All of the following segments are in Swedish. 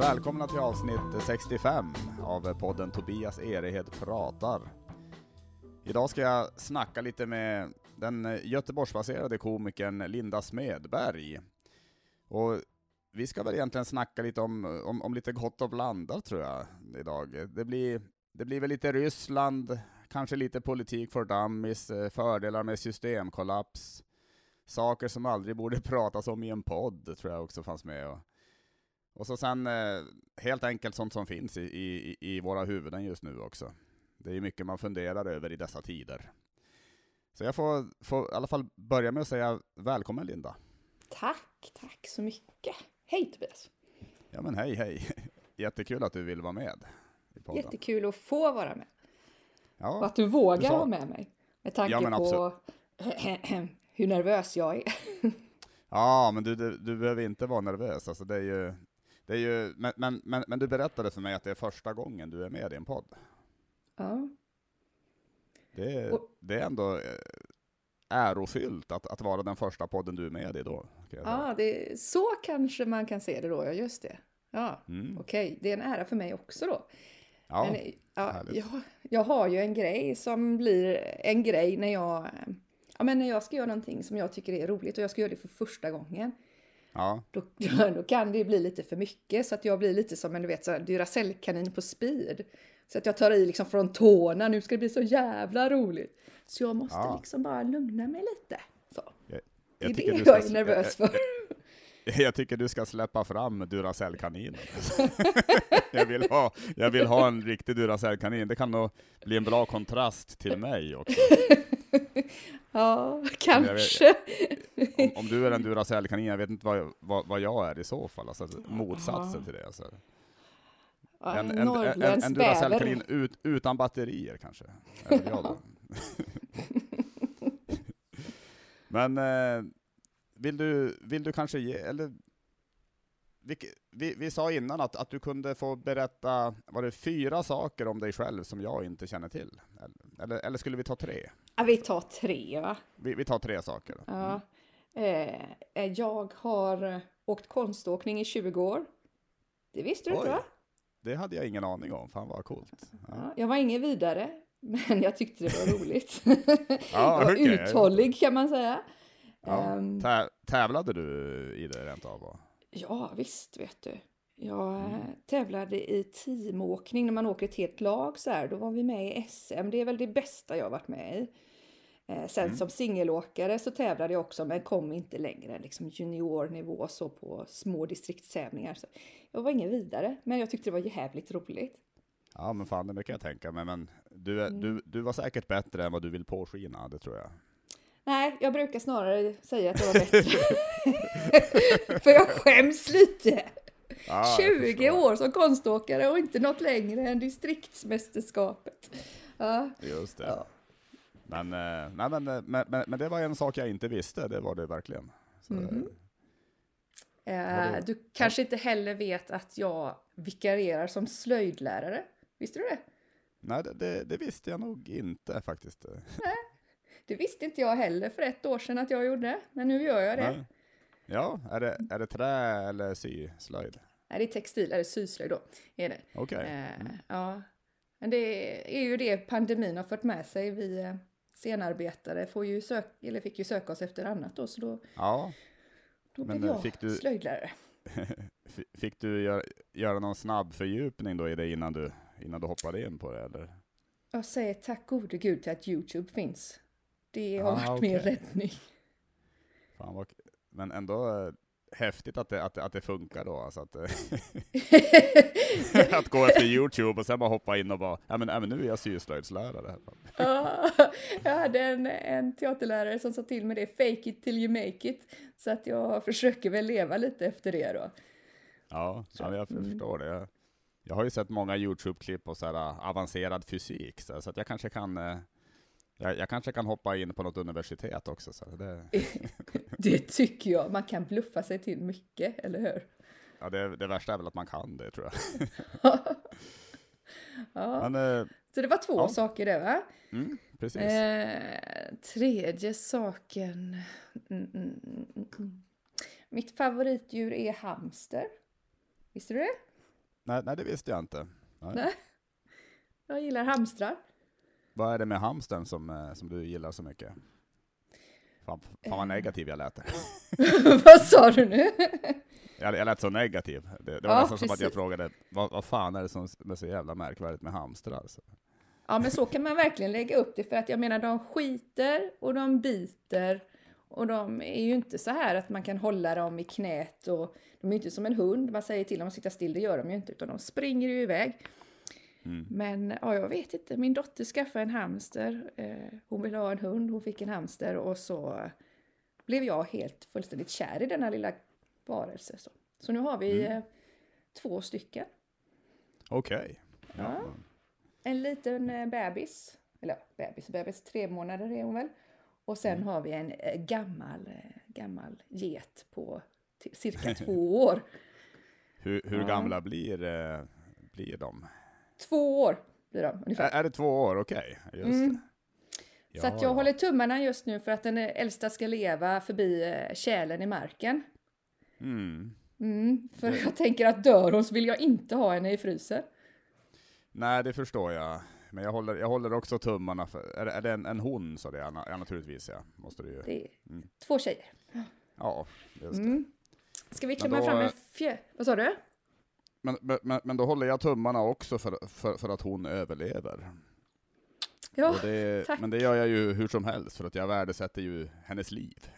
Välkomna till avsnitt 65 av podden Tobias Erehed pratar. Idag ska jag snacka lite med den Göteborgsbaserade komikern Linda Smedberg. Och vi ska väl egentligen snacka lite om lite gott och blandat, tror jag, idag. Det blir väl lite Ryssland, kanske lite politik för dummies, fördelar med systemkollaps, saker som aldrig borde pratas om i en podd, tror jag också fanns med. Och så sen helt enkelt sånt som finns i våra huvuden just nu också. Det är ju mycket man funderar över i dessa tider. Så jag får i alla fall börja med att säga välkommen, Linda. Tack så mycket. Hej Tobias. Ja men hej. Jättekul att du vill vara med i podden. Jättekul att få vara med. Ja, och att du vågar vara med mig. Med tanke på hur nervös jag är. Ja, men du behöver inte vara nervös. Alltså men du berättade för mig att det är första gången du är med i en podd. Ja. Det är ändå ärofyllt att vara den första podden du är med i då. Ja, så kanske man kan se det då. Ja, just det. Ja, okej. Det är en ära för mig också då. Ja, men, jag har ju en grej som blir en grej när jag ska göra någonting som jag tycker är roligt och jag ska göra det för första gången. Ja. Då kan det bli lite för mycket, så att jag blir lite som en Duracell-kanin på speed. Så att jag tar i liksom från tårna, nu ska det bli så jävla roligt. Så jag måste liksom bara lugna mig lite. Så. Det är det jag är nervös för. Jag tycker du ska släppa fram Duracell-kaninen. jag vill ha en riktig Duracell-kanin. Det kan nog bli en bra kontrast till mig också. Ja, kanske. Om du är en Duracell-kanin, jag vet inte vad jag är i så fall. Alltså, motsatsen till det. Alltså. En Duracell-kanin utan batterier kanske. Men vill du kanske ge, eller vi sa innan att du kunde få berätta, var det 4 saker om dig själv som jag inte känner till? Eller skulle vi ta 3? Ja, vi tar 3, va? Vi tar 3 saker. Ja. Jag har åkt konståkning i 20 år. Det visste du inte, va? Det hade jag ingen aning om. Fan vad coolt. Ja, jag var ingen vidare, men jag tyckte det var roligt. Ja, jag var uthållig, kan man säga. Ja. Tävlade du i det rent av? Ja, visst, vet du. Jag tävlade i teamåkning när man åker ett helt lag så här. Då var vi med i SM. Det är väl det bästa jag har varit med i. Sen som singelåkare så tävlade jag också, men kom inte längre. Liksom juniornivå så på små distriktstävlingar. Så jag var ingen vidare, men jag tyckte det var jävligt roligt. Ja, men fan, det kan jag tänka mig. Men du var säkert bättre än vad du vill påskina, det tror jag. Nej, jag brukar snarare säga att jag var bättre. För jag skäms lite. 20 år som konståkare och inte något längre än distriktsmästerskapet. Ja. Just det. Ja. Men det var en sak jag inte visste, det var det verkligen. Så, du kanske inte heller vet att jag vikarierar som slöjdlärare. Visste du det? Nej, det visste jag nog inte faktiskt. Nej, det visste inte jag heller för 1 år sedan att jag gjorde. Men nu gör jag det. Nej. Ja, är det trä eller syslöjd? Nej, det är textil eller syslöjd då. Är det. Okej. Ja. Men det är ju det pandemin har fört med sig. Vi scenarbetare fick ju söka oss efter annat då. Så då blev jag slöjdlärare. Fick du göra någon snabb fördjupning då i det innan du hoppade in på det, eller? Jag säger tack gode gud till att YouTube finns. Det har varit min räddning. Fan, men ändå häftigt att det funkar då. Alltså att gå efter YouTube och sen bara hoppa in och bara, men nu är jag syslöjdslärare. Ja, jag hade en teaterlärare som sa till mig det, fake it till you make it. Så att jag försöker väl leva lite efter det då. Ja, jag förstår det. Jag har ju sett många YouTube-klipp på så här avancerad fysik, så att jag kanske kan Jag kanske kan hoppa in på något universitet också. Så det tycker jag. Man kan bluffa sig till mycket, eller hur? Ja, det värsta är väl att man kan det, tror jag. Ja. Men, så det var 2 saker där, va? Precis. Tredje saken. Mitt favoritdjur är hamster. Visste du det? Nej, det visste jag inte. Nej. Jag gillar hamstrar. Vad är det med hamstern som du gillar så mycket? Fan vad negativ jag lät. Vad sa du nu? Jag lät så negativ. Det var nästan som att jag frågade, vad fan är det som är så jävla märkvärdigt med hamstrar? Så. Ja, men så kan man verkligen lägga upp det. För att jag menar, de skiter och de biter. Och de är ju inte så här att man kan hålla dem i knät. Och de är inte som en hund. Man säger till dem att sitta still, det gör de ju inte. Utan de springer ju iväg. Men ja, jag vet inte. Min dotter skaffade en hamster. Hon ville ha en hund. Hon fick en hamster. Och så blev jag helt fullständigt kär i denna lilla varelse. Så nu har vi 2 stycken. Okej. Ja. En liten bebis. Eller bebis. 3 månader är hon väl. Och sen har vi en gammal get på cirka 2 år. Hur gamla blir de? 2 år blir de ungefär. Är det 2 år? Okej. Just det. Ja, så att jag håller tummarna just nu för att den äldsta ska leva förbi kärlen i marken. För jag tänker att dör hon så vill jag inte ha henne i frysen. Nej, det förstår jag. Men jag håller också tummarna för... Är det en hon så det är? Ja, naturligtvis, ja. Måste du ju... Det är 2 tjejer. Ja, just det. Ska vi klämma fram en Vad sa du? Men då håller jag tummarna också för att hon överlever. Ja, tack. Men det gör jag ju hur som helst, för att jag värdesätter ju hennes liv.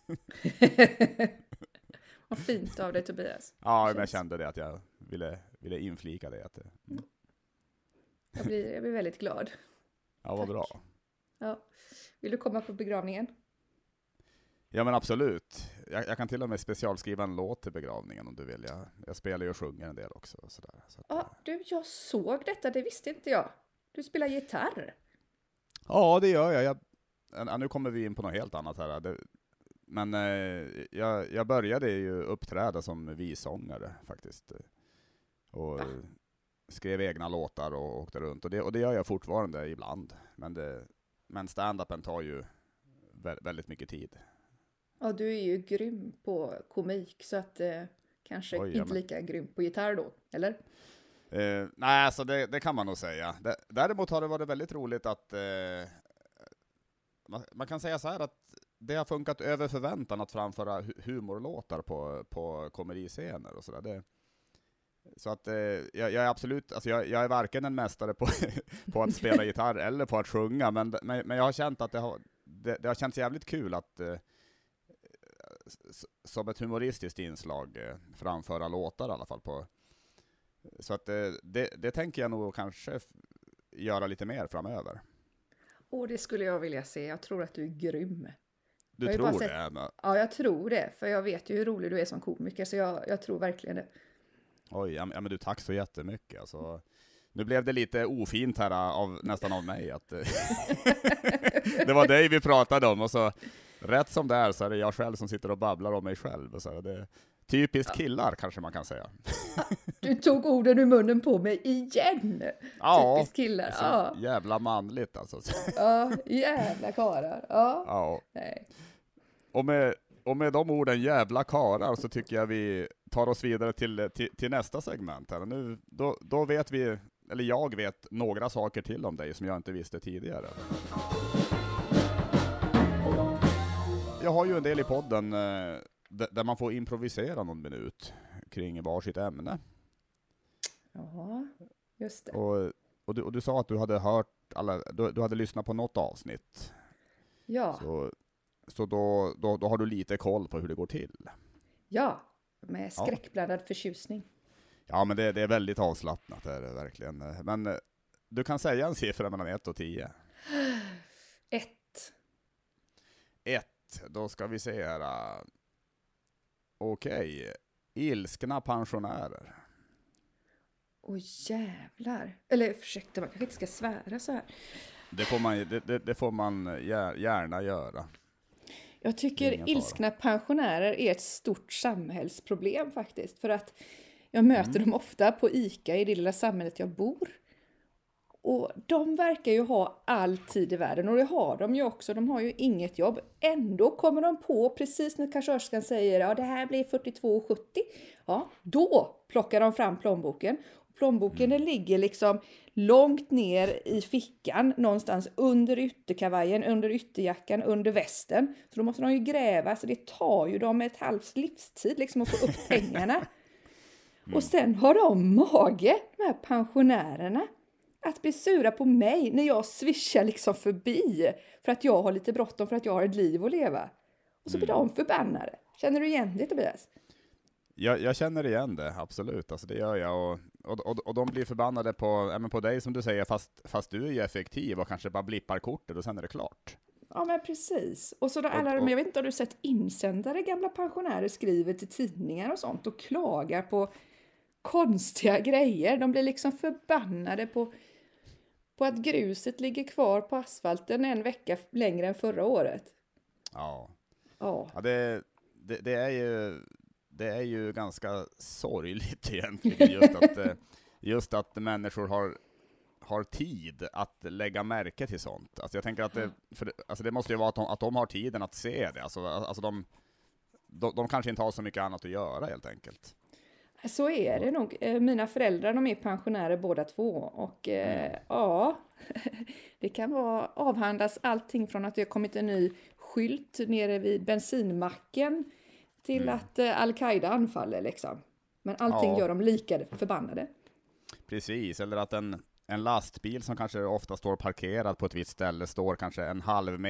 Vad fint av dig, Tobias. Ja, men jag kände det att jag ville inflika det. Jag blir väldigt glad. Ja, vad bra. Ja. Vill du komma på begravningen? Ja, men absolut. Jag kan till och med specialskriva en låt till begravningen om du vill. Jag spelar ju och sjunger en del också. Så jag såg detta, det visste inte jag. Du spelar gitarr. Ja, det gör jag. Nu kommer vi in på något helt annat här. Men jag började ju uppträda som vissångare faktiskt. Och skrev egna låtar och åkte runt. Och det gör jag fortfarande ibland. Men stand-upen tar ju väldigt mycket tid. Ja, du är ju grym på komik, så att kanske inte lika grym på gitarr då, eller? Nej, alltså det kan man nog säga. Däremot har det varit väldigt roligt att man kan säga så här att det har funkat över förväntan att framföra humorlåtar på komeriscener och sådär. Så att jag är absolut, alltså jag är varken en mästare på att spela gitarr eller på att sjunga, men jag har känt att det har känts jävligt kul att som ett humoristiskt inslag framföra låtar i alla fall på. Så att det tänker jag nog kanske göra lite mer framöver. Det skulle jag vilja se. Jag tror att du är grym. Du tror det? Ja, jag tror det. För jag vet ju hur rolig du är som komiker, så jag tror verkligen det. Oj, ja, men du, tack så jättemycket. Alltså, nu blev det lite ofint här nästan av mig. Att, det var dig vi pratade om, och så rätt som det är så är det jag själv som sitter och babblar om mig själv. Och så, det är typiskt killar, kanske man kan säga. Du tog orden ur munnen på mig igen. Ja, typiskt killar. Ja, jävla manligt alltså. Ja, jävla karar. Ja. Nej. Och med de orden jävla karar så tycker jag vi tar oss vidare till nästa segment här. Nu, då vet vi, eller jag vet några saker till om dig som jag inte visste tidigare. Jag har ju en del i podden där man får improvisera någon minut kring varsitt ämne. Ja, just det. Och du sa att du hade hört du hade lyssnat på något avsnitt. Ja. Så då har du lite koll på hur det går till. Ja, med skräckblandad förtjusning. Ja, men det är väldigt avslappnat, är det verkligen. Men du kan säga en siffra mellan 1 och 10. 1. 1. Då ska vi se här. Okej. Ilskna pensionärer. Jävlar. Eller ursäkta, man kanske inte ska svära så här. Det får man gärna göra. Jag tycker ilskna pensionärer är ett stort samhällsproblem faktiskt. För att jag möter dem ofta på ICA i det lilla samhället jag bor. Och de verkar ju ha all tid i världen. Och det har de ju också. De har ju inget jobb. Ändå kommer de på, precis när kassörskan säger det här blir 42,70. Ja, då plockar de fram plånboken. Plånboken den ligger liksom långt ner i fickan, någonstans under ytterkavajen, under ytterjackan, under västen. Så då måste de ju gräva, så det tar ju dem ett halvt livstid liksom att få upp pengarna. Och sen har de mage, de här pensionärerna, att bli sura på mig när jag swishar liksom förbi för att jag har lite bråttom, för att jag har ett liv att leva. Och så blir de förbannade. Känner du igen det, Tobias? Jag känner igen det, absolut. Alltså det gör jag. Och de blir förbannade på dig som du säger, fast du är ju effektiv och kanske bara blippar kortet och sen är det klart. Ja, men precis. Och så då alla de, jag vet inte om du sett insändare gamla pensionärer skriver till tidningar och sånt och klagar på konstiga grejer. De blir liksom förbannade på att gruset ligger kvar på asfalten en vecka längre än förra året. Ja. Ja. Ja, det är ju ganska sorgligt egentligen, just att människor har tid att lägga märke till sånt. Alltså jag tänker att det måste ju vara att de har tiden att se det. Alltså de kanske inte har så mycket annat att göra helt enkelt. Så är det nog. Mina föräldrar, de är pensionärer båda två. Och ja, det kan avhandlas allting från att det har kommit en ny skylt nere vid bensinmacken till att Al-Qaida anfaller liksom. Men allting gör de lika förbannade. Precis, eller att en lastbil som kanske ofta står parkerad på ett visst ställe står kanske en halv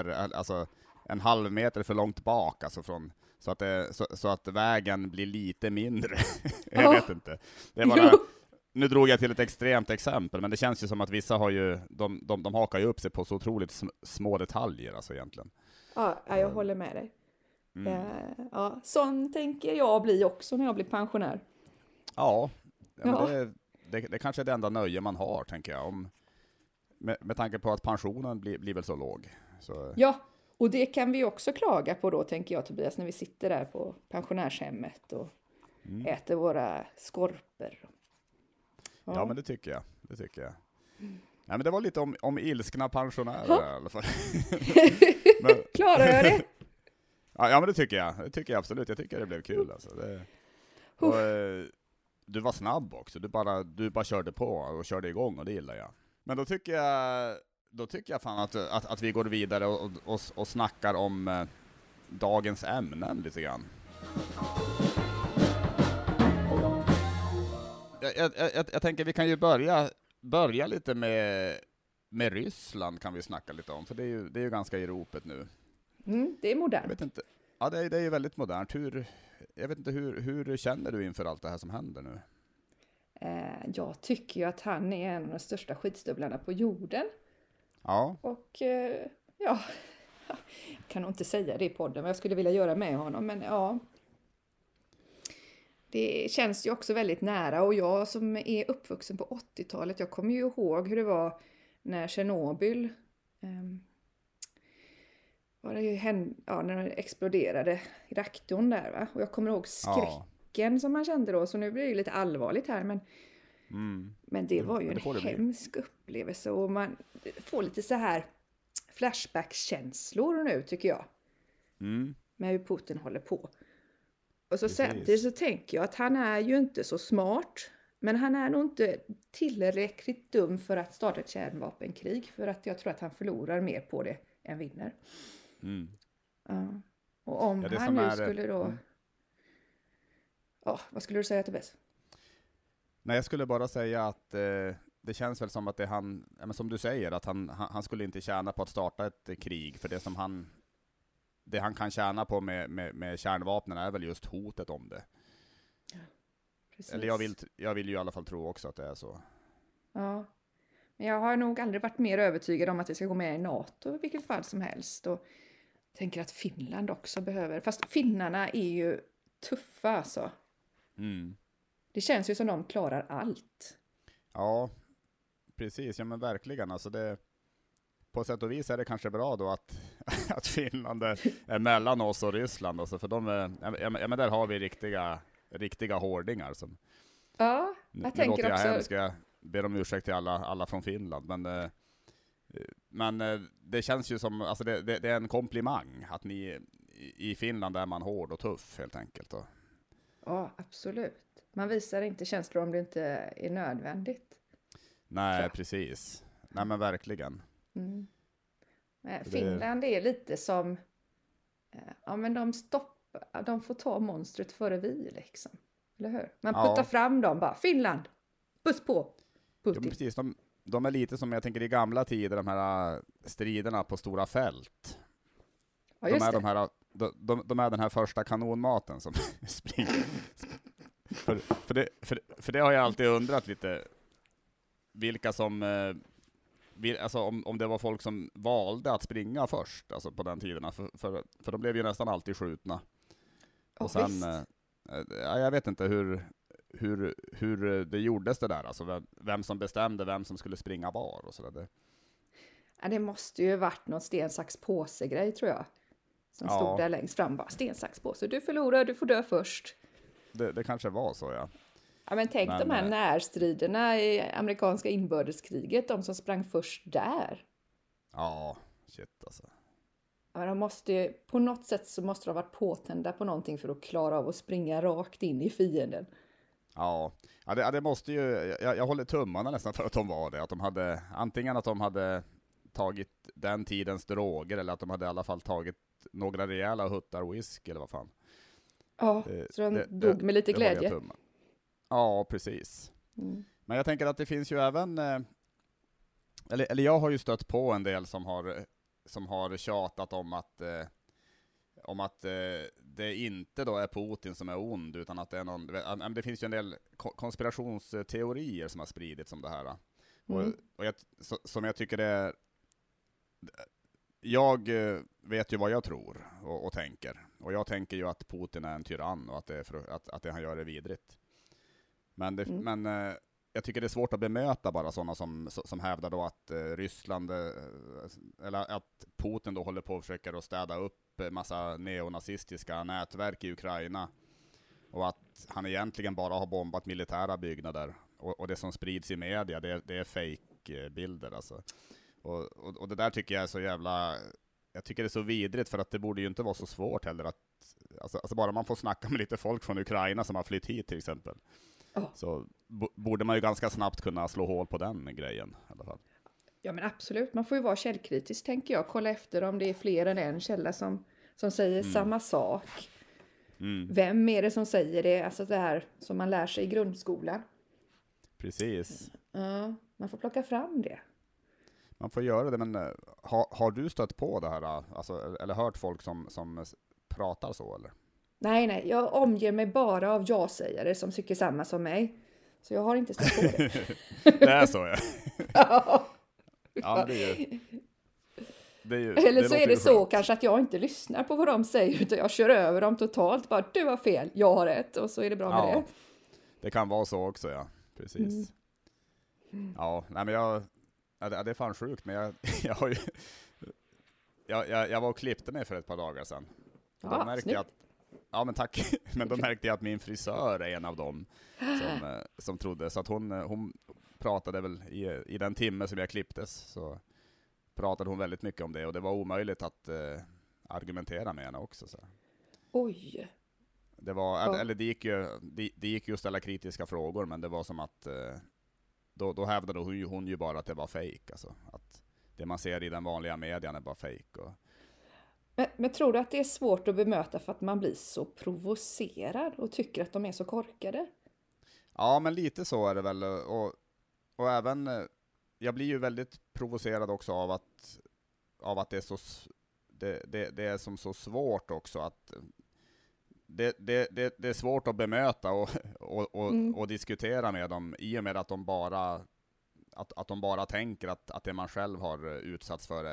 meter för långt bak, alltså så att vägen blir lite mindre. Jag vet inte. Det är bara, nu drog jag till ett extremt exempel, men det känns ju som att vissa har ju, de hakar ju upp sig på så otroligt små detaljer alltså egentligen. Ja, jag håller med dig. Ja, sån tänker jag bli också när jag blir pensionär. Ja. Men det kanske är det enda nöje man har, tänker jag. Med tanke på att pensionen blir väl så låg. Så. Ja, och det kan vi också klaga på då, tänker jag, Tobias, när vi sitter där på pensionärshemmet och äter våra skorpor. Ja, men det tycker jag. Nej, men det var lite om ilskna pensionärer i alla fall. Klarar jag det? Ja, men det tycker jag. Det tycker jag absolut. Jag tycker det blev kul. Alltså. Du var snabb också. Du bara körde på och körde igång, och det gillar jag. Men då tycker jag fan att vi går vidare och snackar om dagens ämnen lite grann. Jag tänker vi kan ju börja lite med Ryssland, kan vi snacka lite om, för det är ju ganska i ropet nu. Det är modernt. Jag vet inte. Ja, det är ju väldigt modernt. Jag vet inte, hur känner du inför allt det här som händer nu? Jag tycker ju att han är en av de största skitstövlarna på jorden. Ja. Och jag kan nog inte säga det i podden, men jag skulle vilja göra med honom. Men ja, det känns ju också väldigt nära. Och jag som är uppvuxen på 80-talet, jag kommer ju ihåg hur det var när Tjernobyl när det exploderade i reaktorn där, va? Och jag kommer ihåg skräcken som man kände då. Så nu blir det ju lite allvarligt här, men det var ju en hemsk upplevelse. Och man får lite så här flashback-känslor nu, tycker jag. Med hur Putin håller på. Och så samtidigt så tänker jag att han är ju inte så smart. Men han är nog inte tillräckligt dum för att starta ett kärnvapenkrig. För att jag tror att han förlorar mer på det än vinner. Ja. Och om han nu skulle då... Ja, vad skulle du säga, Tobias? Nej, jag skulle bara säga att det känns väl som att det han, som du säger, att han skulle inte tjäna på att starta ett krig. För det han kan tjäna på med kärnvapnen är väl just hotet om det. Ja, precis. Eller jag vill ju i alla fall tro också att det är så. Ja, men jag har nog aldrig varit mer övertygad om att vi ska gå med i NATO i vilket fall som helst. Och tänker att Finland också behöver. Fast finnarna är ju tuffa alltså. Det känns ju som de klarar allt. Ja, precis. Ja, men verkligen. Alltså på sätt och vis är det kanske bra då att Finland är mellan oss och Ryssland. Alltså, för men där har vi riktiga hårdingar. Ja, jag tänker låter jag också... hemskt, jag ber om ursäkt till alla från Finland. Men det känns ju som, alltså det är en komplimang att ni i Finland är man hård och tuff helt enkelt. Ja, absolut. Man visar inte känslor om det inte är nödvändigt. Nej, precis. Nej, men verkligen. Mm. Finland är lite som, ja men de får ta monstret före vi liksom. Eller hur? Man puttar fram dem bara, Finland, puss på Putin. Ja, precis, de är lite som jag tänker i gamla tider, de här striderna på stora fält. Ja, just de är den här första kanonmaten som springer. för det har jag alltid undrat lite, vilka som, alltså om det var folk som valde att springa först, alltså på den tiden, för de blev ju nästan alltid skjutna. Och sen, jag vet inte hur det gjordes det där, alltså vem som bestämde vem som skulle springa var och sådär. Ja, det måste ju varit någon sten, sax, påse-grej tror jag. Som stod där längst fram, bara sten, sax, påse. Du förlorar, du får dö först. Det kanske var så, ja. Ja, men tänk de här närstriderna i amerikanska inbördeskriget, de som sprang först där. Ja, shit alltså. Ja, men de måste, på något sätt så måste de ha varit påtända på någonting för att klara av att springa rakt in i fienden. Ja, det måste ju, jag håller tummarna nästan för att de var det. Att de hade, antingen att de hade tagit den tidens droger, eller att de hade i alla fall tagit några rejäla huttar whisky, eller vad fan. Ja, så de dog med lite glädje. Ja, precis. Mm. Men jag tänker att det finns ju även, eller jag har ju stött på en del som har tjatat om att det inte då är Putin som är ond, utan att det är någon, det finns ju en del konspirationsteorier som har spridits om det här. Som jag tycker är, jag vet ju vad jag tror och tänker. Och jag tänker ju att Putin är en tyrann och att det han gör är vidrigt. Men jag tycker det är svårt att bemöta bara sådana som hävdar då att Ryssland, eller att Putin då håller på och försöker att städa upp massa neonazistiska nätverk i Ukraina. Och att han egentligen bara har bombat militära byggnader. Och det som sprids i media, det är fake-bilder alltså. Och det där tycker jag är så jävla... Jag tycker det är så vidrigt, för att det borde ju inte vara så svårt heller att... Alltså bara man får snacka med lite folk från Ukraina som har flytt hit till exempel. Så borde man ju ganska snabbt kunna slå hål på den grejen i alla fall. Ja, men absolut. Man får ju vara källkritisk, tänker jag. Kolla efter om det är fler än en källa som säger samma sak. Vem är det som säger det? Alltså det här som man lär sig i grundskolan. Precis. Ja, man får plocka fram det. Man får göra det, men har du stött på det här? Alltså, eller hört folk som pratar så, eller? Nej, jag omger mig bara av ja-sägare som tycker samma som mig. Så jag har inte stött på det. Det är så, ja. Ja, det är ju, eller så är det så kanske att jag inte lyssnar på vad de säger, utan jag kör över dem totalt. Bara, du har fel, jag har rätt, och så är det bra med det. Det kan vara så också, ja. Precis. Ja, nej men det är fan sjukt, men jag har ju... Jag var och klippte mig för ett par dagar sedan. Då märkte jag att... Ja, men tack. Men då märkte jag att min frisör är en av dem som trodde. Så att hon pratade väl i den timme som jag klipptes, så pratade hon väldigt mycket om det. Och det var omöjligt att argumentera med henne också. Så. Oj! Det var, eller det gick ju att ställa kritiska frågor, men det var som att då hävdade hon ju bara att det var fake. Alltså, att det man ser i den vanliga medien är bara fake. Men tror du att det är svårt att bemöta för att man blir så provocerad och tycker att de är så korkade? Ja, men lite så är det väl. Och även, jag blir ju väldigt provocerad också av att det är så, det är som så svårt också att det är svårt att bemöta och diskutera med dem, i och med att de bara tänker att det man själv har utsatts för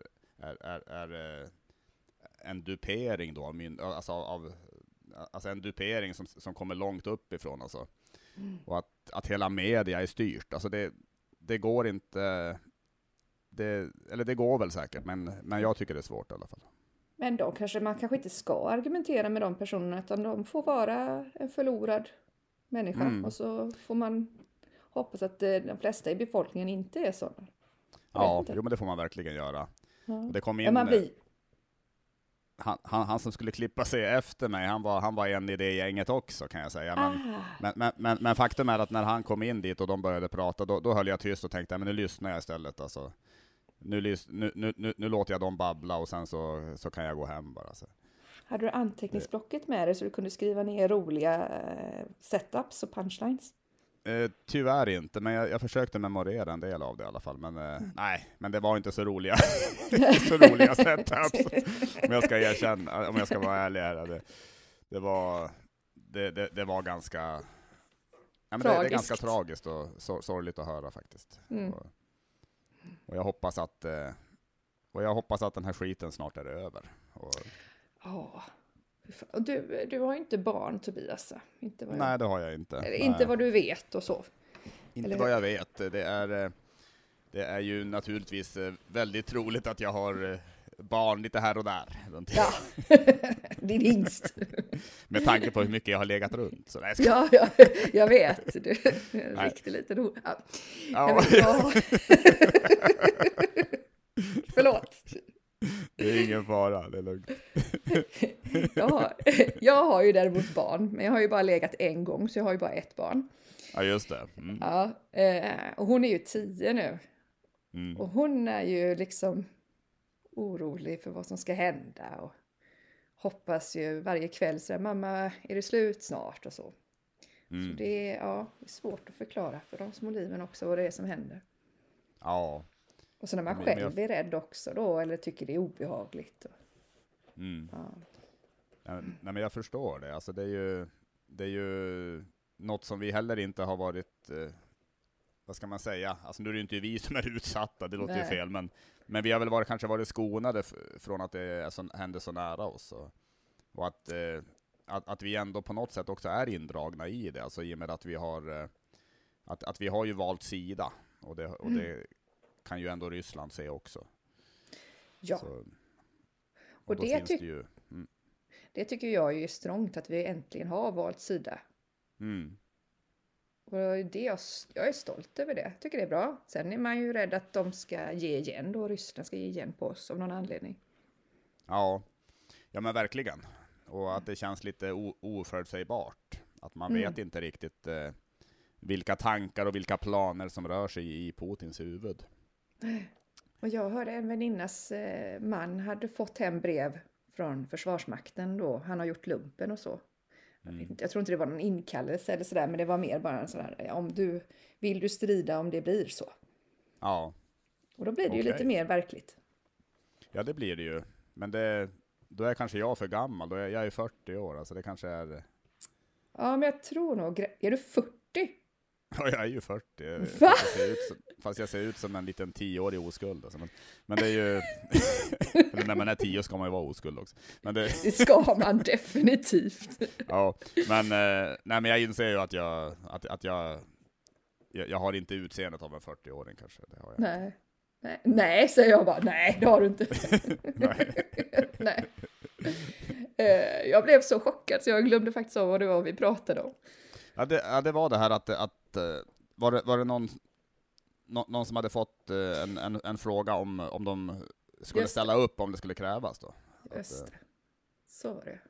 är en dupering då, alltså en dupering som kommer långt uppifrån alltså. Och att hela media är styrt, alltså det går inte, det går väl säkert, men jag tycker det är svårt i alla fall. Men då man kanske inte ska argumentera med de personerna, utan de får vara en förlorad människa, och så får man hoppas att de flesta i befolkningen inte är sådana. Ja, men det får man verkligen göra. Ja. Det kom in... Ja, han som skulle klippa sig efter mig, han var en i det gänget också, kan jag säga. Men faktum är att när han kom in dit och de började prata, då höll jag tyst och tänkte, men nu lyssnar jag istället. Alltså, nu låter jag dem babbla och sen så kan jag gå hem bara. Så. Hade du anteckningsblocket med dig så du kunde skriva ner roliga setups och punchlines? Tyvärr inte, men jag försökte memorera en del av det i alla fall. Men nej, men det var inte så roliga setups. Om jag ska erkänna, om jag ska vara ärlig här. Det var ganska... Ja, men det är ganska tragiskt och sorgligt att höra faktiskt. Och jag hoppas att den här skiten snart är över. Och du har ju inte barn, Tobias. Nej, det har jag inte. Eller inte vad du vet och så. Inte vad jag vet. Det är ju naturligtvis väldigt troligt att jag har barn lite här och där. Ja, din hingst. Med tanke på hur mycket jag har legat runt. Så ja, jag vet. Du riktigt lite då. Ja. Förlåt. Det är ingen fara, det är lugnt. Jag har ju däremot barn, men jag har ju bara legat en gång, så jag har ju bara ett barn. Ja, just det. Ja, och hon är ju 10 nu. Och hon är ju liksom orolig för vad som ska hända och hoppas ju varje kväll så här, mamma, är det slut snart och så. Så det är svårt att förklara för de små liven också vad det är som händer. Ja. Och så när man själv är rädd också då, eller tycker det är obehagligt. Nej, men jag förstår det. Alltså det är ju något som vi heller inte har varit, vad ska man säga? Alltså nu är det ju inte vi som är utsatta, det låter ju fel, men vi har väl kanske varit skonade från att det händer så nära oss. Och att vi ändå på något sätt också är indragna i det. Alltså i och med att vi har, att vi har ju valt sida. Och det kan ju ändå Ryssland se också. Ja. Och det tycker jag är ju strångt att vi äntligen har valt sida. Och jag är stolt över det. Jag tycker det är bra. Sen är man ju rädd att de ska ge igen då. Ryssland ska ge igen på oss av någon anledning. Ja men verkligen. Och att det känns lite oförutsägbart. Att man vet inte riktigt vilka tankar och vilka planer som rör sig i Putins huvud. Och jag hörde en väninnas man hade fått hem brev från Försvarsmakten då. Han har gjort lumpen och så. Jag tror inte det var någon inkallelse eller sådär, men det var mer bara en sån här, vill du strida om det blir så. Ja. Och då blir det ju lite mer verkligt. Ja, det blir det ju. Men då är kanske jag för gammal. Jag är 40 år, alltså det kanske är... Ja, men jag tror nog... Är du 40? Ja, jag är ju 40. Va? Fast jag ser ut som en liten 10-årig oskuld. Alltså. Men det är ju... Eller när man är 10 ska man ju vara oskuld också. Men det ska man definitivt. Ja, men jag inser ju att jag har inte utseendet av en 40-åring kanske. Det har jag. Nej, säger jag bara. Nej, det har du inte. Nej. Jag blev så chockad så jag glömde faktiskt av vad det var vi pratade om. Ja, det var det här att var det någon som hade fått en fråga om de skulle ställa upp om det skulle krävas då. Just det. Så var det.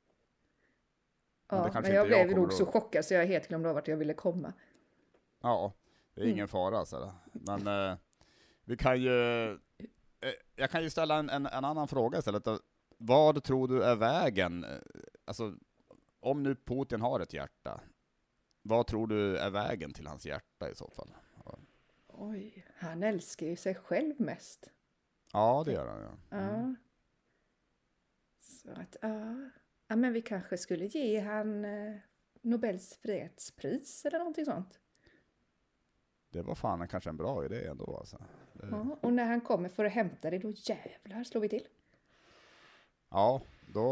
Ja, men jag blev nog så chockad så jag helt glömde av vart jag ville komma. Ja, det är ingen fara så. Men vi kan ju jag kan ju ställa en annan fråga istället. Vad tror du är vägen? Alltså om nu Putin har ett hjärta, vad tror du är vägen till hans hjärta i så fall? Oj, han älskar ju sig själv mest. Ja, det gör han. Ja. Så att, ja, men vi kanske skulle ge han Nobels fredspris eller någonting sånt. Det var fan kanske en bra idé ändå. Alltså. Ja, och när han kommer för att hämta det, då jävlar slår vi till. Ja,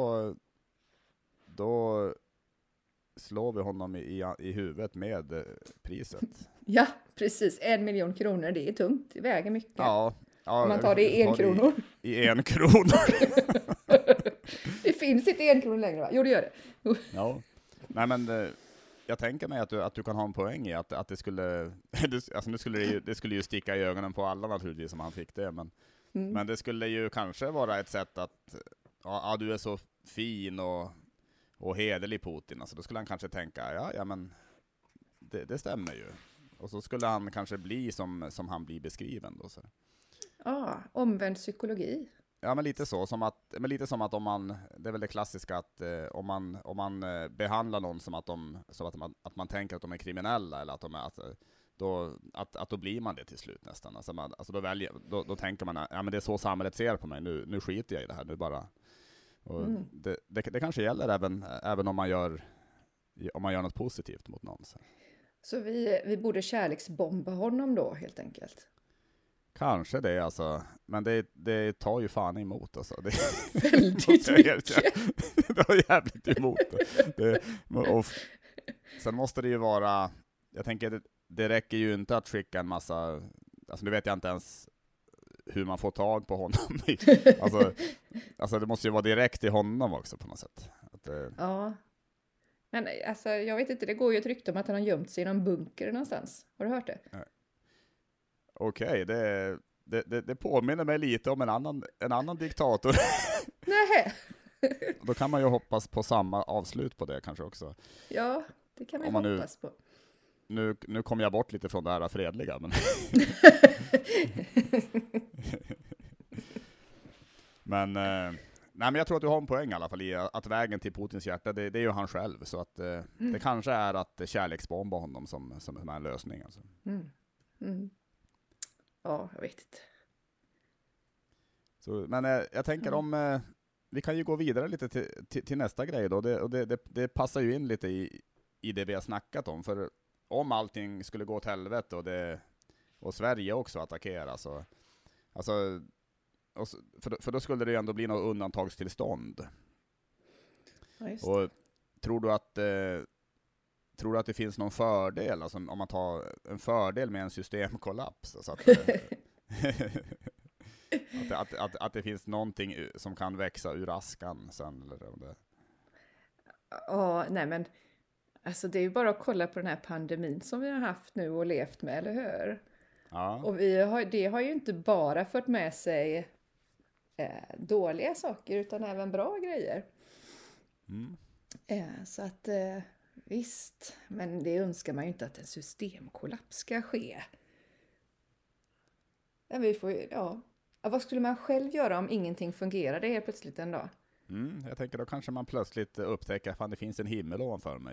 då slår vi honom i huvudet med priset. Ja, precis. 1 miljon kronor, det är tungt. Det väger mycket. Ja, om man tar det i 1 kronor. I 1 kronor. Det finns inte 1 kronor längre, va? Jo, det gör det. Ja. Nej, men jag tänker mig att du kan ha en poäng i att det skulle... Alltså, det skulle ju sticka i ögonen på alla naturligtvis om han fick det. Men det skulle ju kanske vara ett sätt ja, du är så fin och hederlig Putin. Alltså, då skulle han kanske tänka, ja men det stämmer ju. Och så skulle han kanske bli som han blir beskriven då. Så. Ja, omvänd psykologi. Ja, men lite som att om man, det är väl det klassiska att om man behandlar någon som att man tänker att de är kriminella, eller att de är då blir man det till slut nästan. Alltså då tänker man, ja men det är så samhället ser på mig, nu skiter jag i det här, nu bara. Och det kanske gäller även om man gör något positivt mot någon. Så vi borde kärleksbomba honom då, helt enkelt. Kanske det, alltså. Men det tar ju fan emot, alltså. Väldigt mycket. Det har jävligt emot. Och sen måste det ju vara, jag tänker, det räcker ju inte att skicka en massa, alltså nu vet jag inte ens hur man får tag på honom. Alltså det måste ju vara direkt till honom också på något sätt. Ja. Men alltså, jag vet inte, det går ju ett rykte om att han har gömt sig i någon bunker någonstans. Har du hört det? Okej, det påminner mig lite om en annan diktator. Nej. Då kan man ju hoppas på samma avslut på det kanske också. Ja, det kan man hoppas på. Nu kommer jag bort lite från det här fredliga, men nej, men jag tror att du har en poäng i alla fall i att vägen till Putins hjärta, det är ju han själv, så att det kanske är att kärleksbomba honom som är en lösning, alltså. Ja, jag vet inte. Så, men jag tänker om vi kan ju gå vidare lite till nästa grej då. Det passar ju in lite i det vi har snackat om, för om allting skulle gå åt helvete och Sverige också attackerar, så alltså, för då skulle det ju ändå bli något undantagstillstånd. Ja, och tror du att det finns någon fördel, alltså om man tar en fördel med en systemkollaps, alltså att det finns någonting som kan växa ur askan sen, eller det? Ja, nej men alltså det är ju bara att kolla på den här pandemin som vi har haft nu och levt med, eller hur? Ja. Och det har ju inte bara fört med sig dåliga saker, utan även bra grejer. Så att visst, men det önskar man ju inte, att en systemkollaps ska ske. Men vi får vad skulle man själv göra om ingenting fungerade helt plötsligt en dag? Jag tänker då kanske man plötsligt upptäcker att det finns en himmel ovanför mig.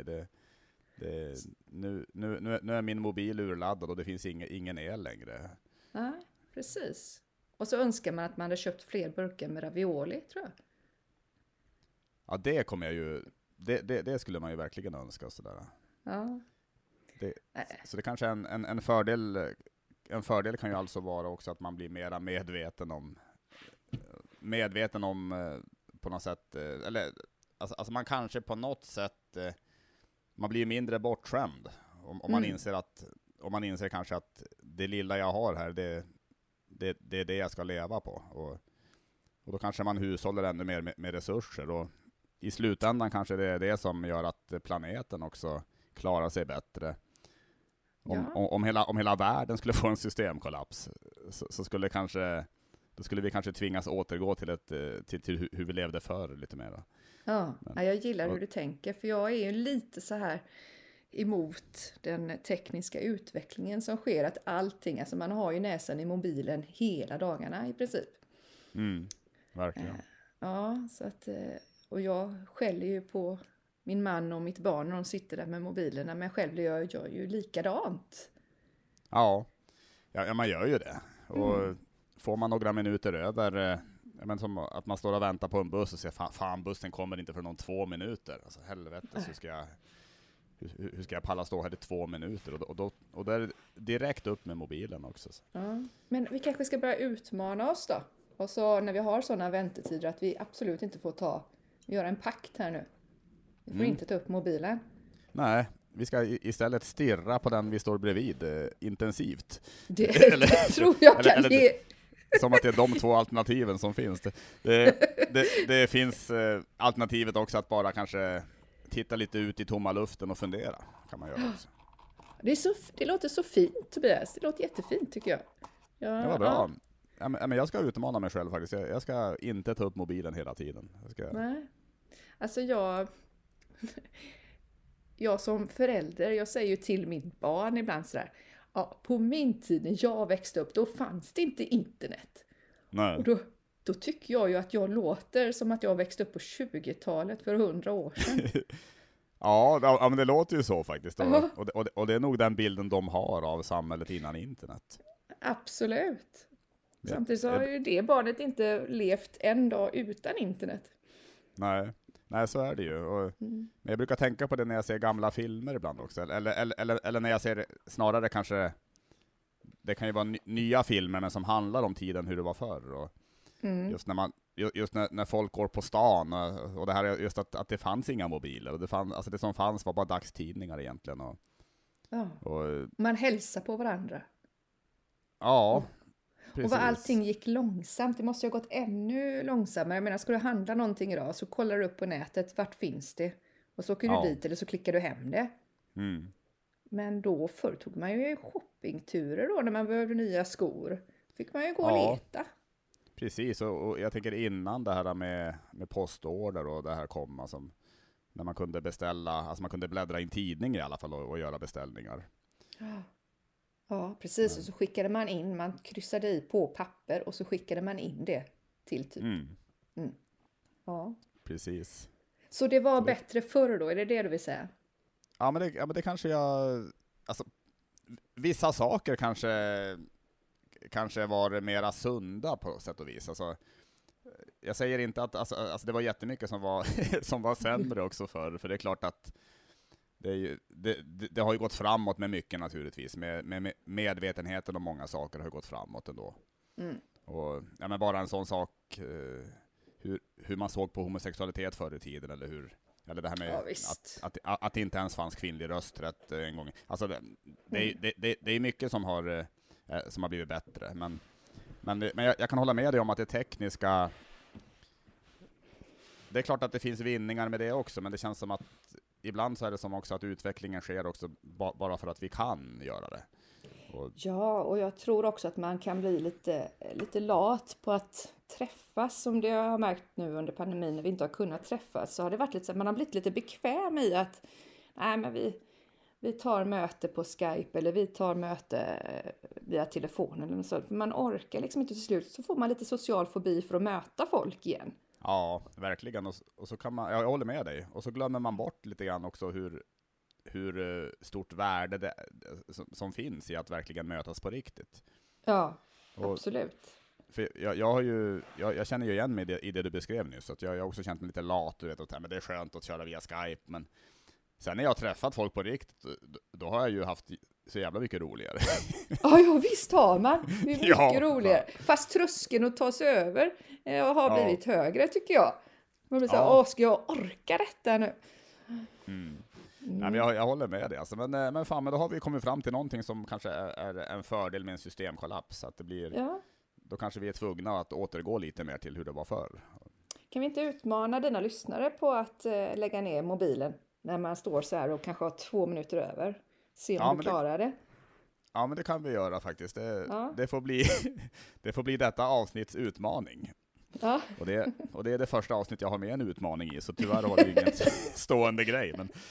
Nu är min mobil urladdad och det finns ingen el längre. Ja, precis. Och så önskar man att man hade köpt fler burkar med ravioli, tror jag. Ja, det kommer jag ju. Det skulle man ju verkligen önska och sådär. Ja. Så det kanske är en fördel. En fördel kan ju alltså vara också att man blir mera medveten om på något sätt, eller alltså man kanske på något sätt man blir mindre bortskämd om man inser kanske att det lilla jag har här, det är det jag ska leva på, och då kanske man hushåller ännu mer med resurser, och i slutändan kanske det är det som gör att planeten också klarar sig bättre. Om hela världen skulle få en systemkollaps, så skulle vi kanske tvingas återgå till hur vi levde förr lite mer då. Ja, jag gillar hur du tänker, för jag är ju lite så här emot den tekniska utvecklingen som sker, att allting, alltså man har ju näsan i mobilen hela dagarna i princip. Verkligen. Ja, så att, och jag skäller ju på min man och mitt barn när de sitter där med mobilerna, men själv gör jag ju likadant. Ja, man gör ju det. Och får man några minuter över, men som att man står och väntar på en buss och säger fan bussen kommer inte för 2 minuter. Alltså helvete, hur ska jag palla stå här i 2 minuter? Och då är det direkt upp med mobilen också. Ja. Men vi kanske ska börja utmana oss då. Och så när vi har sådana väntetider att vi absolut inte får göra en pakt här nu. Vi får inte ta upp mobilen. Nej, vi ska istället stirra på den vi står bredvid intensivt. Det tror jag kan ge. Som att det är de 2 alternativen som finns. Det finns alternativet också att bara kanske titta lite ut i tomma luften och fundera. Kan man göra också. Det låter så fint, Tobias. Det låter jättefint tycker jag. Ja, det var bra. men jag ska utmana mig själv faktiskt. Jag ska inte ta upp mobilen hela tiden. Nej. Alltså jag som förälder, jag säger ju till mitt barn ibland sådär, ja, på min tid när jag växte upp, då fanns det inte internet. Nej. Och då tycker jag ju att jag låter som att jag växte upp på 20-talet för 100 år sedan. Ja, men det låter ju så faktiskt. Och det är nog den bilden de har av samhället innan internet. Absolut. Samtidigt så har ju det barnet inte levt en dag utan internet. Nej, så är det ju. Men jag brukar tänka på det när jag ser gamla filmer ibland också. Eller när jag ser snarare kanske, det kan ju vara nya filmer men som handlar om tiden hur det var förr. Och just när folk går på stan och det här är just att det fanns inga mobiler. Och alltså det som fanns var bara dagstidningar egentligen. Och man hälsar på varandra. Ja, precis. Och vad allting gick långsamt. Det måste ju ha gått ännu långsammare. Jag menar, ska du handla någonting idag så kollar du upp på nätet. Vart finns det? Och så åker du dit eller så klickar du hem det. Men då förr tog man ju shoppingturer då när man behövde nya skor. Fick man ju gå och leta. Precis, och jag tänker innan det här med postorder och det här kom. Alltså, när man kunde beställa, alltså man kunde bläddra i en tidning i alla fall och göra beställningar. Ja, precis. Och så skickade man in, man kryssade i på papper och så skickade man in det till typ. Ja. Precis. Så det var bättre förr då, är det det du vill säga? Ja, men det kanske alltså, vissa saker kanske var mera sunda på sätt och vis. Alltså, jag säger inte att alltså det var jättemycket som var sämre också förr, för det är klart att det har ju gått framåt med mycket naturligtvis. Med medvetenheten om många saker har ju gått framåt ändå. Och men bara en sån sak, hur man såg på homosexualitet förr i tiden, eller det här med att det inte ens fanns kvinnlig rösträtt en gång. Alltså det är mycket som har blivit bättre. Men jag kan hålla med dig om att det tekniska, det är klart att det finns vinningar med det också, men det känns som att ibland så är det som också att utvecklingen sker också bara för att vi kan göra det. Ja, och jag tror också att man kan bli lite lat på att träffas, som det jag har märkt nu under pandemin när vi inte har kunnat träffas. Så har det varit lite så att man har blivit lite bekväm i att nej, men vi tar möte på Skype eller vi tar möte via telefonen eller så. För man orkar liksom inte till slut, så får man lite social fobi för att möta folk igen. Ja, verkligen. Och så kan man, jag håller med dig. Och så glömmer man bort lite grann också hur stort värde det som finns i att verkligen mötas på riktigt. Ja, absolut. För jag känner ju igen mig i det du beskrev nyss. Att jag har också känt mig lite lat, du vet, och men det är skönt att köra via Skype. Men sen när jag har träffat folk på riktigt, då har jag ju haft så jävla mycket roligare. Ja, visst har man. Det är mycket roligare. Ja. Fast tröskeln att ta sig över har blivit högre, tycker jag. Man blir så här, ska jag orka detta nu? Nej, men jag håller med dig. Alltså. Men då har vi kommit fram till någonting som kanske är en fördel med en systemkollaps. Att det blir, då kanske vi är tvungna att återgå lite mer till hur det var förr. Kan vi inte utmana dina lyssnare på att lägga ner mobilen när man står så här och kanske har 2 minuter över? Se om du klarar det. Ja, men det kan vi göra faktiskt. Det får bli detta avsnitts utmaning. Ja. Och det är det första avsnitt jag har med en utmaning i, så tyvärr var det ingen stående grej.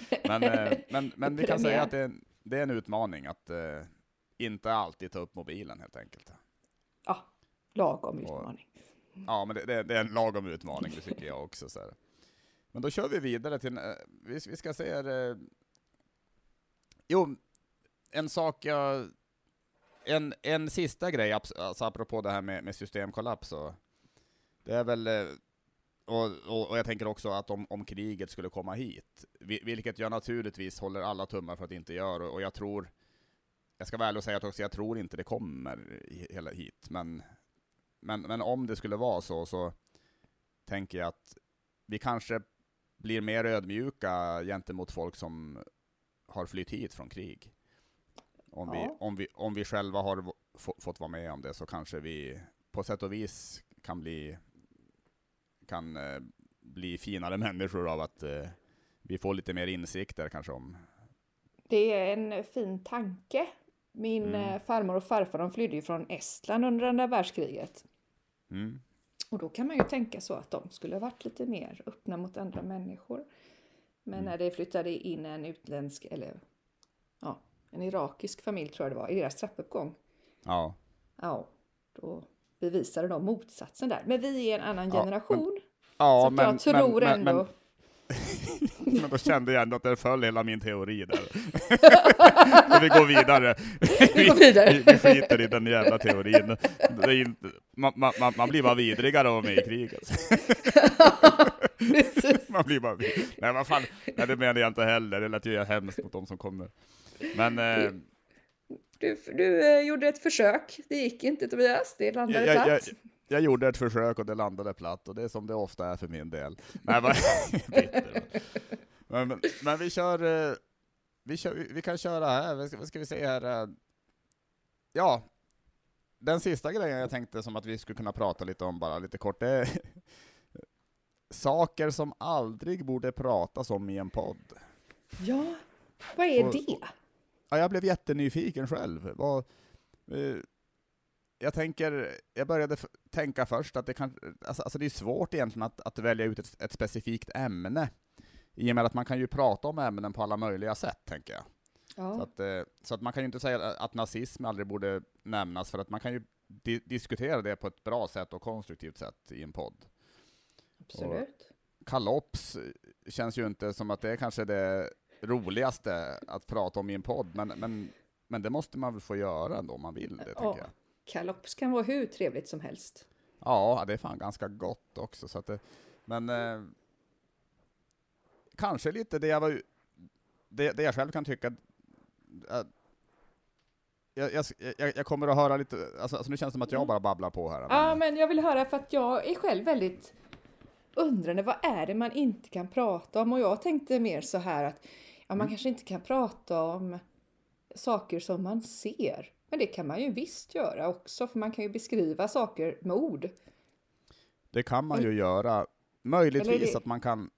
Men vi kan säga att det är en utmaning att inte alltid ta upp mobilen helt enkelt. Ja, lagom utmaning. Ja, men det är en lagom utmaning, det tycker jag också. Så här. Men då kör vi vidare till, vi ska säga det. Jo, en sak en sista grej, alltså apropå det här med systemkollaps. Det är väl, och jag tänker också att om kriget skulle komma hit, vilket jag naturligtvis håller alla tummar för att inte göra, och jag ska väl säga att också jag tror inte det kommer hela hit, men om det skulle vara så tänker jag att vi kanske blir mer ödmjuka gentemot folk som har flytt hit från krig. Om vi själva har fått vara med om det, så kanske vi på sätt och vis kan bli finare människor av att vi får lite mer insikter kanske om. Det är en fin tanke. Min farmor och farfar, de flydde ju från Estland under andra världskriget. Mm. Och då kan man ju tänka så att de skulle ha varit lite mer öppna mot andra människor. Men när det flyttade in en utländsk, eller ja, en irakisk familj tror jag det var, i deras trappuppgång. Ja. Ja, då bevisade de motsatsen där. Men vi är en annan generation. Ja, så jag tror ändå... Men då kände jag ändå att det föll hela min teori där. Så vi går vidare. Vi skiter i den jävla teorin. Det är inte, man blir bara vidrigare av med i kriget. Man blir bara nej, vad fan, nej, det menar jag inte heller. Det lät ju hemskt mot de som kommer. Men... Du gjorde ett försök. Det gick inte, Tobias. Det landade platt. Jag gjorde ett försök och det landade platt. Och det är som det ofta är för min del. Nej, bitter. Men vi kan köra här. Vad ska vi se här? Ja, den sista grejen jag tänkte som att vi skulle kunna prata lite om, bara lite kort, det är saker som aldrig borde pratas om i en podd. Ja, vad är det? Ja, jag blev jättenyfiken själv. Jag började tänka först att det kan, alltså det är svårt egentligen att välja ut ett specifikt ämne. I och med att man kan ju prata om ämnen på alla möjliga sätt, tänker jag. Ja. Så att man kan ju inte säga att nazism aldrig borde nämnas, för att man kan ju diskutera det på ett bra sätt och konstruktivt sätt i en podd. Absolut. Och kalops känns ju inte som att det är kanske det roligaste att prata om i en podd, men det måste man väl få göra ändå om man vill det, tänker jag. Kalops kan vara hur trevligt som helst. Ja, det är fan ganska gott också. Så att men kanske lite det jag själv kan tycka. Jag kommer att höra lite, alltså nu känns det som att jag bara babblar på här. Ja, men jag vill höra, för att jag är själv väldigt undrande. Vad är det man inte kan prata om? Och jag tänkte mer så här att man kanske inte kan prata om saker som man ser. Men det kan man ju visst göra också, för man kan ju beskriva saker med ord. Det kan man ju göra. Möjligtvis att man kan...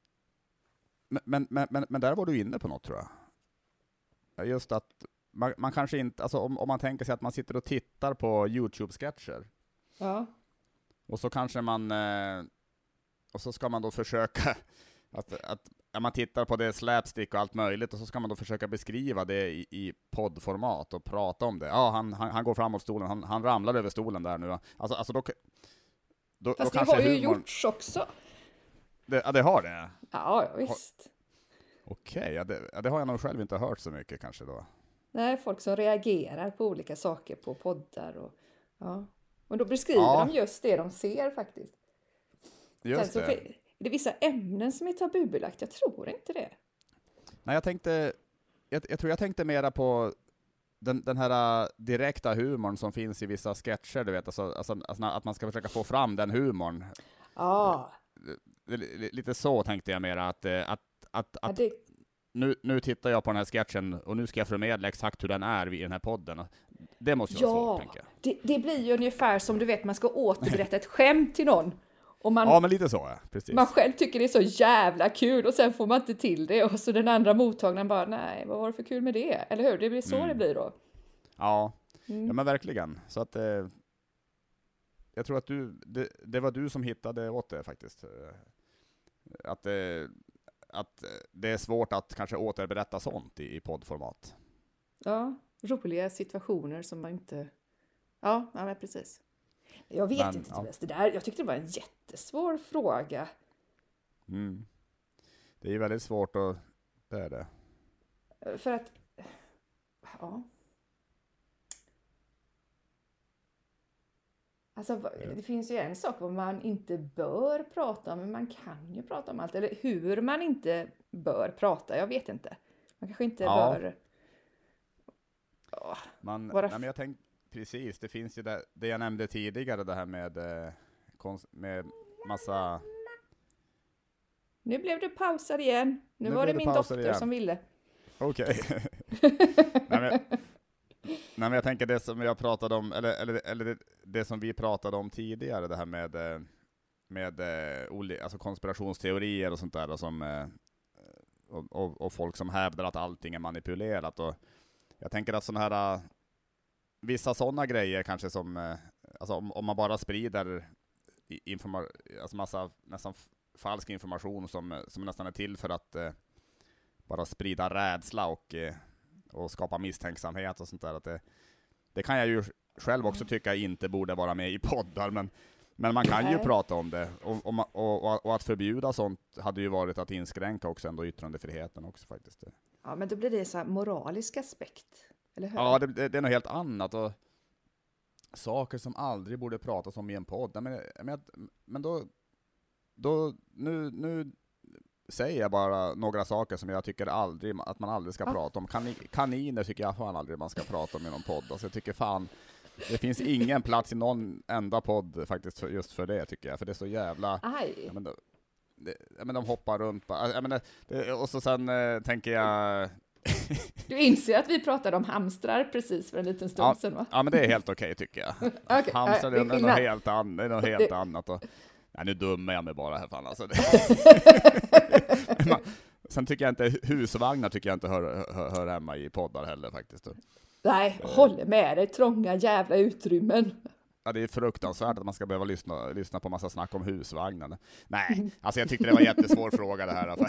Men där var du inne på något, tror jag. Just att man kanske inte... Alltså om man tänker sig att man sitter och tittar på YouTube-sketcher. Ja. Och så kanske man... Och så ska man då försöka... Att man tittar på det slapstick och allt möjligt, och så ska man då försöka beskriva det i poddformat och prata om det. Ja, han går framåt stolen, han ramlar över stolen där nu. Alltså då fast då det har ju gjorts också. Det har det? Ja, visst. Okej, det har jag nog själv inte hört så mycket kanske då. Nej, folk som reagerar på olika saker på poddar. Och då beskriver de just det de ser faktiskt. Just sen det. Är det vissa ämnen som är tabubelagt? Jag tror inte det. Nej, jag tror jag tänkte mera på den här direkta humorn som finns i vissa sketcher, du vet. Alltså att man ska försöka få fram den humorn. Ja. Lite så tänkte jag mera att nu tittar jag på den här sketchen och nu ska jag förmedla exakt hur den är i den här podden. Det måste vara svårt, tänker jag. Det blir ju ungefär som, du vet, man ska återberätta ett skämt till någon. Och ja, men lite så, ja. Precis. Man själv tycker det är så jävla kul och sen får man inte till det. Och så den andra mottagaren bara, nej, vad var det för kul med det? Eller hur? Det blir så det blir då. Ja, ja, men verkligen. Så att jag tror att det var du som hittade åt det faktiskt. Att det är svårt att kanske återberätta sånt i poddformat. Ja, roliga situationer som man inte... Ja, men precis. Jag vet inte, Tobias, det där. Jag tyckte det var en jättesvår fråga. Det är ju väldigt svårt att... Det är det. För att... Ja. Alltså, det finns ju en sak vad man inte bör prata om, men man kan ju prata om allt. Eller hur man inte bör prata, jag vet inte. Man kanske inte bör... Nej, men jag tänkte... Precis, det finns ju det jag nämnde tidigare, det här med massa... Nu blev du pausad igen. Nu var det min dotter igen som ville. Okej. Nej, men jag tänker det som jag pratade om, eller det som vi pratade om tidigare, det här med alltså konspirationsteorier och sånt där, och folk som hävdar att allting är manipulerat. Och jag tänker att sådana här vissa sådana grejer kanske som, alltså om man bara sprider alltså massa nästan falsk information som nästan är till för att bara sprida rädsla och skapa misstänksamhet och sånt där. Att det kan jag ju själv också tycka inte borde vara med i poddar, men man kan ju prata om det. Och att förbjuda sånt hade ju varit att inskränka också ändå yttrandefriheten också faktiskt. Ja, men då blir det så här moralisk aspekt, eller hur? Ja, det är något helt annat. Och saker som aldrig borde pratas om i en podd. Men då nu säger jag bara några saker som jag tycker att man aldrig ska prata om. Kaniner tycker jag fan aldrig man ska prata om i någon podd. Alltså jag tycker fan, det finns ingen plats i någon enda podd faktiskt just för det, tycker jag. För det är så jävla... Aj. Men de hoppar runt. Och så sen tänker jag... Du inser att vi pratade om hamstrar precis för en liten stund sedan, va? Ja, men det är helt okej, tycker jag. Okay, hamstrar är något helt annat. Nej, nu dummar jag mig bara här fan. Alltså. Sen tycker jag inte, husvagnar tycker jag inte hör hemma i poddar heller faktiskt. Nej, håller med dig, trånga jävla utrymmen. Ja, det är fruktansvärt att man ska behöva lyssna på massa snack om husvagnarna. Nej, alltså jag tyckte det var en jättesvår fråga det här.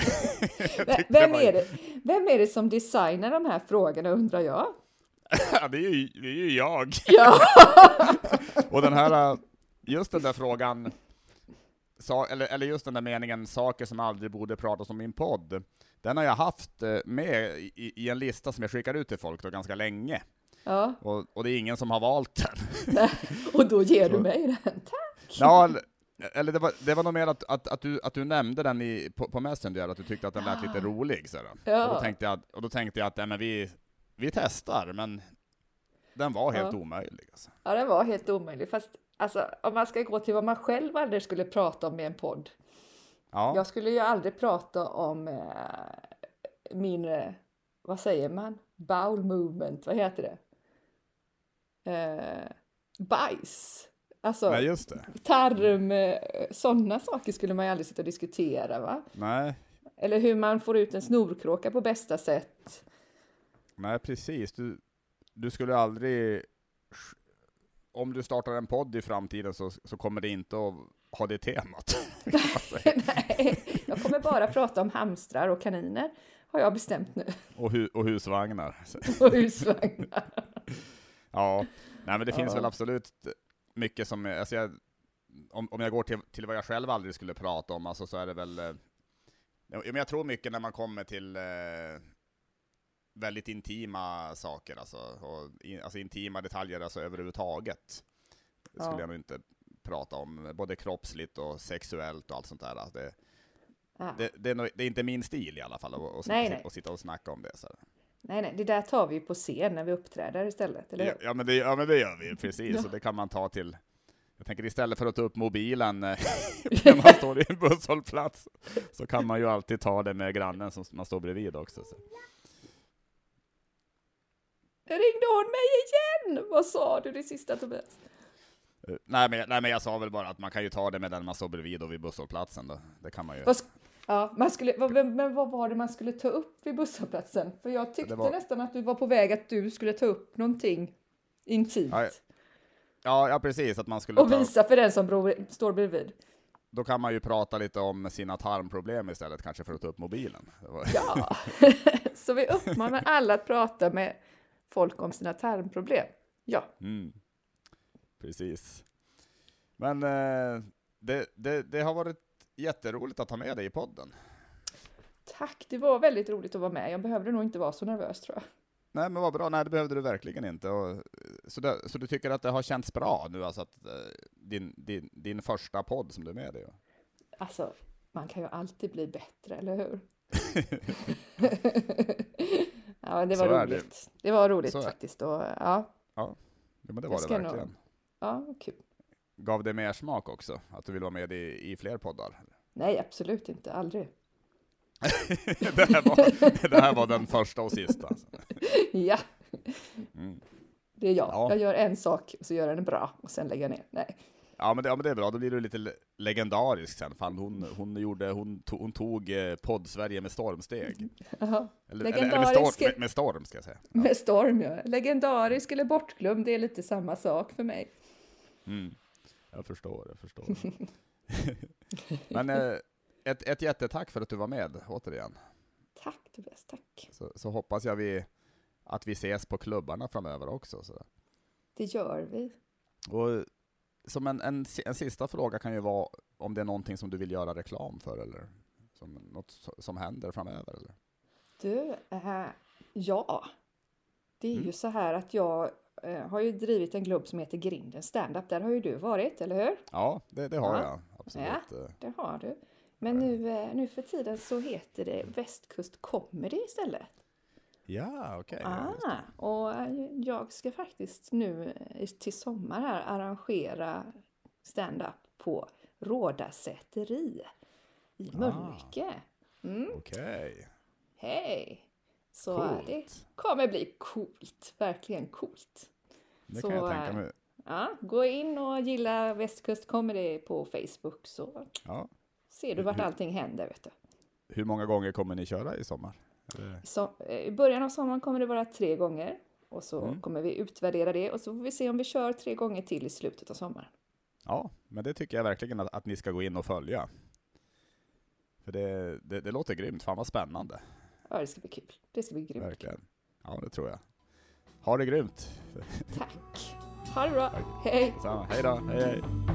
Vem är det som designar de här frågorna, undrar jag? Ja, det är ju jag. Ja. Och just den där frågan, eller just den där meningen, saker som aldrig borde pratas om i en podd, den har jag haft med i en lista som jag skickar ut till folk då ganska länge. Ja. Och det är ingen som har valt den. Och då ger du mig den, tack! Ja, eller det var nog mer att du nämnde den på Messenger, att du tyckte att den lät lite rolig. Ja. Och då tänkte jag att men vi testar, men den var helt omöjlig. Alltså. Ja, den var helt omöjlig. Fast alltså, om man ska gå till vad man själv aldrig skulle prata om i en podd. Ja. Jag skulle ju aldrig prata om min, vad säger man? Bowel movement, vad heter det? Bajs. Alltså, nej, just det. Tarm, sådana saker skulle man ju aldrig sitta och diskutera, va? Nej. Eller hur man får ut en snorkråka på bästa sätt. Nej, precis. Du skulle aldrig... Om du startar en podd i framtiden så kommer det inte att ha det temat. Nej, jag kommer bara prata om hamstrar och kaniner, har jag bestämt nu. Och husvagnar. Och husvagnar. Ja, nej, men det finns väl absolut mycket som... Alltså om jag går till vad jag själv aldrig skulle prata om, alltså, så är det väl... Men jag tror mycket när man kommer till väldigt intima saker, alltså intima detaljer alltså överhuvudtaget. Det skulle jag nog inte prata om, både kroppsligt och sexuellt och allt sånt där. Det är inte min stil i alla fall att sitta och snacka om det. Så. Nej, det där tar vi på scen när vi uppträder istället, eller hur? Ja, men det gör vi, precis. Ja. Så det kan man ta till... Jag tänker istället för att ta upp mobilen när man står i en busshållplats, så kan man ju alltid ta det med grannen som man står bredvid också. Så. Ringde hon mig igen? Vad sa du det sista, Tobias? Nej, men jag sa väl bara att man kan ju ta det med den man står bredvid och vid busshållplatsen då. Det kan man ju. Men vad var det man skulle ta upp vid busshållplatsen? För jag tyckte nästan att du var på väg att du skulle ta upp någonting intimt. Ja, precis. Att man skulle och visa för den som står bredvid. Då kan man ju prata lite om sina tarmproblem istället, kanske för att ta upp mobilen. Ja, så vi uppmanar alla att prata med folk om sina tarmproblem. Ja. Precis. Men det har varit jätteroligt att ha med dig i podden. Tack, det var väldigt roligt att vara med. Jag behövde nog inte vara så nervös, tror jag. Nej, men vad bra. Nej, det behövde du verkligen inte. Så du tycker att det har känts bra nu, alltså att din första podd som du är med i? Alltså, man kan ju alltid bli bättre, eller hur? Ja, det var roligt. Det var roligt faktiskt. Och, ja, men det var det verkligen. Ja, kul. Gav det mer smak också? Att du vill vara med i fler poddar? Nej, absolut inte. Aldrig. det här var den första och sista. Alltså. Ja. Det är jag. Ja. Jag gör en sak och så gör jag den bra och sen lägger jag ner. Nej. Ja men det är bra, då blir du lite legendarisk sen. Fan, hon tog podd-Sverige med stormsteg. Ja. Eller med storm ska jag säga. Ja. Med storm, ja. Legendarisk eller bortglömd, det är lite samma sak för mig. Jag förstår. Men ett jättetack för att du var med återigen. Tack Tobias, tack. Så hoppas jag att vi ses på klubbarna framöver också. Så. Det gör vi. Och som en sista fråga kan ju vara om det är någonting som du vill göra reklam för eller som något som händer framöver eller? Du, ja. Det är ju så här att jag har ju drivit en klubb som heter Grinden Stand-up. Där har ju du varit, eller hur? Ja, det har jag. Absolut. Ja, det har du. Men nu för tiden så heter det Västkust Comedy istället. Ja, okej. Och jag ska faktiskt nu till sommar här arrangera stand-up på Rådasäteri i Mölnlycke. Okej. Hej! Så Coolt. det kommer bli coolt, verkligen coolt. Det kan jag tänka mig. Ja, gå in och gilla Västkust Comedy på Facebook så ser du vart allting händer, vet du. Hur många gånger kommer ni köra i sommar? I början av sommaren kommer det vara 3 gånger. Och så kommer vi utvärdera det. Och så får vi se om vi kör 3 gånger till i slutet av sommaren. Ja, men det tycker jag verkligen att ni ska gå in och följa. För det låter grymt. Fan vad spännande. Ja, det ska bli kul. Det ska bli grymt. Verkligen. Ja, det tror jag. Ha det grymt. Tack. Ha det bra. Hej. Hej då. Hej.